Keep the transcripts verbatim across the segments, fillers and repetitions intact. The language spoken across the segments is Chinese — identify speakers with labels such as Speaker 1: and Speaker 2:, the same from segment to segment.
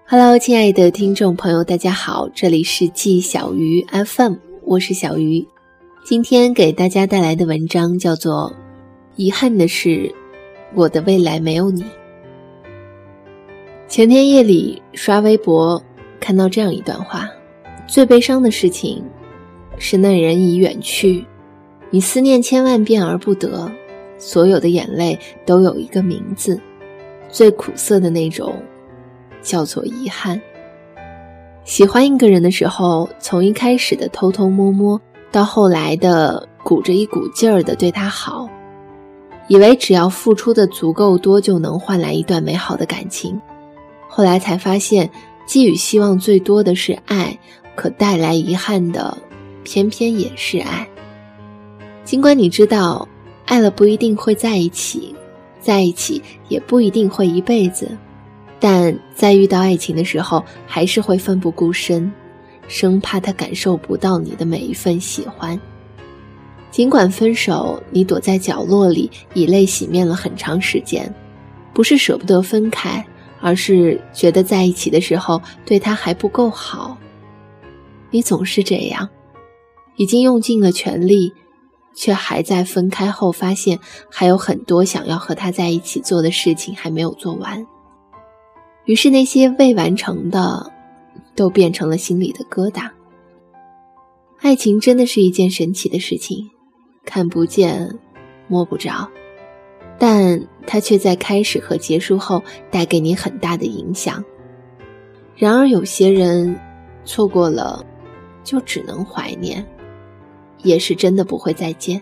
Speaker 1: Hello， 亲爱的听众朋友，大家好，这里是季小鱼 F M， 我是小鱼。今天给大家带来的文章叫做《遗憾的是，我的未来没有你》。前天夜里刷微博，看到这样一段话：最悲伤的事情是那人已远去，你思念千万遍而不得，所有的眼泪都有一个名字，最苦涩的那种叫做遗憾。喜欢一个人的时候，从一开始的偷偷摸摸，到后来的鼓着一股劲儿的对他好，以为只要付出的足够多就能换来一段美好的感情，后来才发现寄予希望最多的是爱，可带来遗憾的偏偏也是爱。尽管你知道爱了不一定会在一起，在一起也不一定会一辈子，但在遇到爱情的时候还是会奋不顾身，生怕他感受不到你的每一份喜欢。尽管分手你躲在角落里以泪洗面了很长时间，不是舍不得分开，而是觉得在一起的时候对他还不够好。你总是这样，已经用尽了全力，却还在分开后发现还有很多想要和他在一起做的事情还没有做完，于是那些未完成的都变成了心里的疙瘩。爱情真的是一件神奇的事情，看不见摸不着，但它却在开始和结束后带给你很大的影响。然而有些人错过了就只能怀念，也是真的不会再见。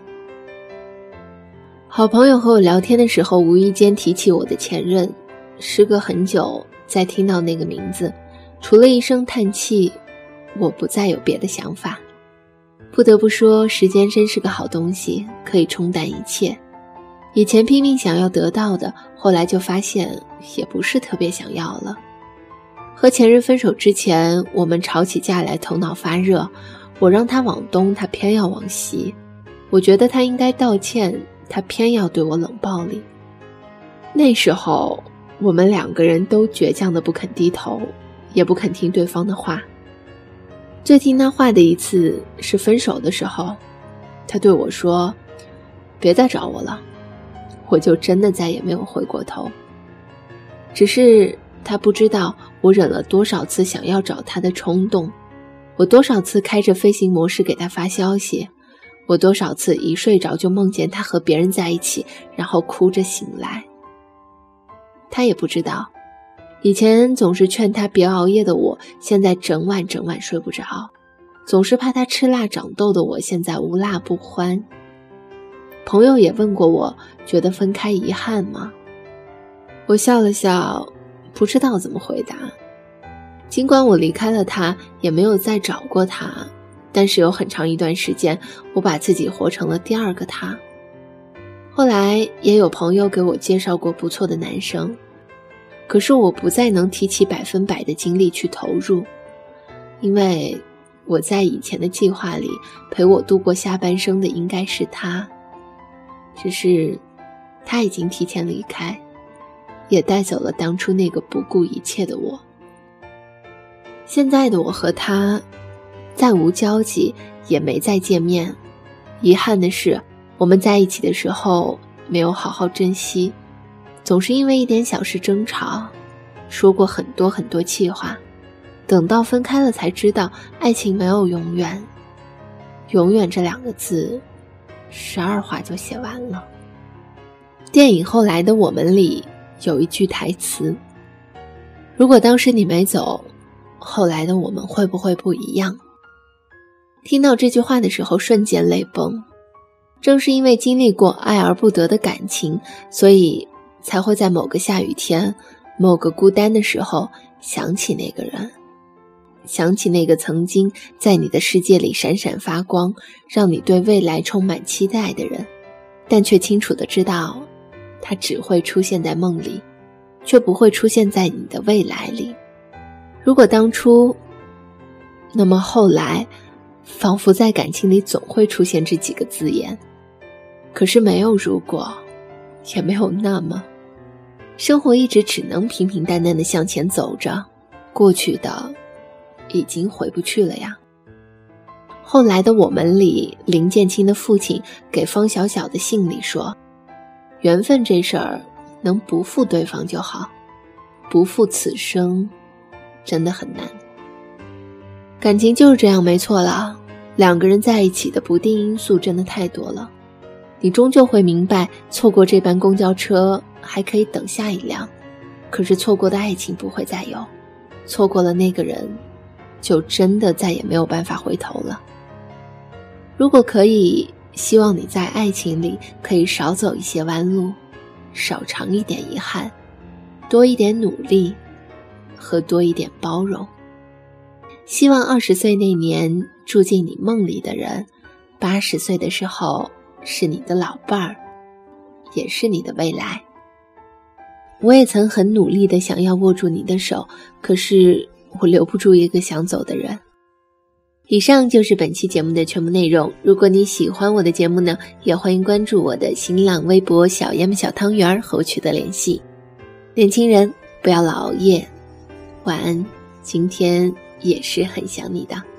Speaker 1: 好朋友和我聊天的时候无意间提起我的前任，时隔很久再听到那个名字，除了一声叹气，我不再有别的想法。不得不说，时间真是个好东西，可以冲淡一切。以前拼命想要得到的，后来就发现也不是特别想要了。和前任分手之前，我们吵起架来头脑发热，我让他往东，他偏要往西。我觉得他应该道歉，他偏要对我冷暴力。那时候我们两个人都倔强的不肯低头，也不肯听对方的话。最听他话的一次是分手的时候，他对我说别再找我了，我就真的再也没有回过头。只是他不知道我忍了多少次想要找他的冲动，我多少次开着飞行模式给他发消息，我多少次一睡着就梦见他和别人在一起，然后哭着醒来。他也不知道，以前总是劝他别熬夜的我，现在整晚整晚睡不着；总是怕他吃辣长痘的我，现在无辣不欢。朋友也问过我，觉得分开遗憾吗？我笑了笑，不知道怎么回答。尽管我离开了他，也没有再找过他，但是有很长一段时间，我把自己活成了第二个他。后来也有朋友给我介绍过不错的男生，可是我不再能提起百分百的精力去投入，因为我在以前的计划里，陪我度过下半生的应该是他，只是他已经提前离开，也带走了当初那个不顾一切的我。现在的我和他再无交集，也没再见面。遗憾的是，我们在一起的时候没有好好珍惜，总是因为一点小事争吵，说过很多很多气话，等到分开了才知道爱情没有永远，永远这两个字十二话就写完了。电影《后来的我们》里有一句台词，如果当时你没走，后来的我们会不会不一样？听到这句话的时候瞬间泪崩。正是因为经历过爱而不得的感情，所以才会在某个下雨天，某个孤单的时候想起那个人，想起那个曾经在你的世界里闪闪发光，让你对未来充满期待的人，但却清楚地知道他只会出现在梦里，却不会出现在你的未来里。如果当初，那么后来，仿佛在感情里总会出现这几个字眼。可是没有如果，也没有那么，生活一直只能平平淡淡地向前走着， 过去的已经回不去了呀。后来的我们里，林建清的父亲给方小小的信里说，缘分这事儿能不负对方就好，不负此生真的很难。感情就是这样没错啦，两个人在一起的不定因素真的太多了，你终究会明白，错过这班公交车还可以等下一辆，可是错过的爱情不会再有，错过了那个人就真的再也没有办法回头了。如果可以，希望你在爱情里可以少走一些弯路，少尝一点遗憾，多一点努力和多一点包容。希望二十岁那年住进你梦里的人，八十岁的时候是你的老伴儿，也是你的未来。我也曾很努力地想要握住你的手，可是我留不住一个想走的人。以上就是本期节目的全部内容。如果你喜欢我的节目呢，也欢迎关注我的新浪微博小M小汤圆和我取得联系。年轻人，不要老熬夜，晚安，今天也是很想你的。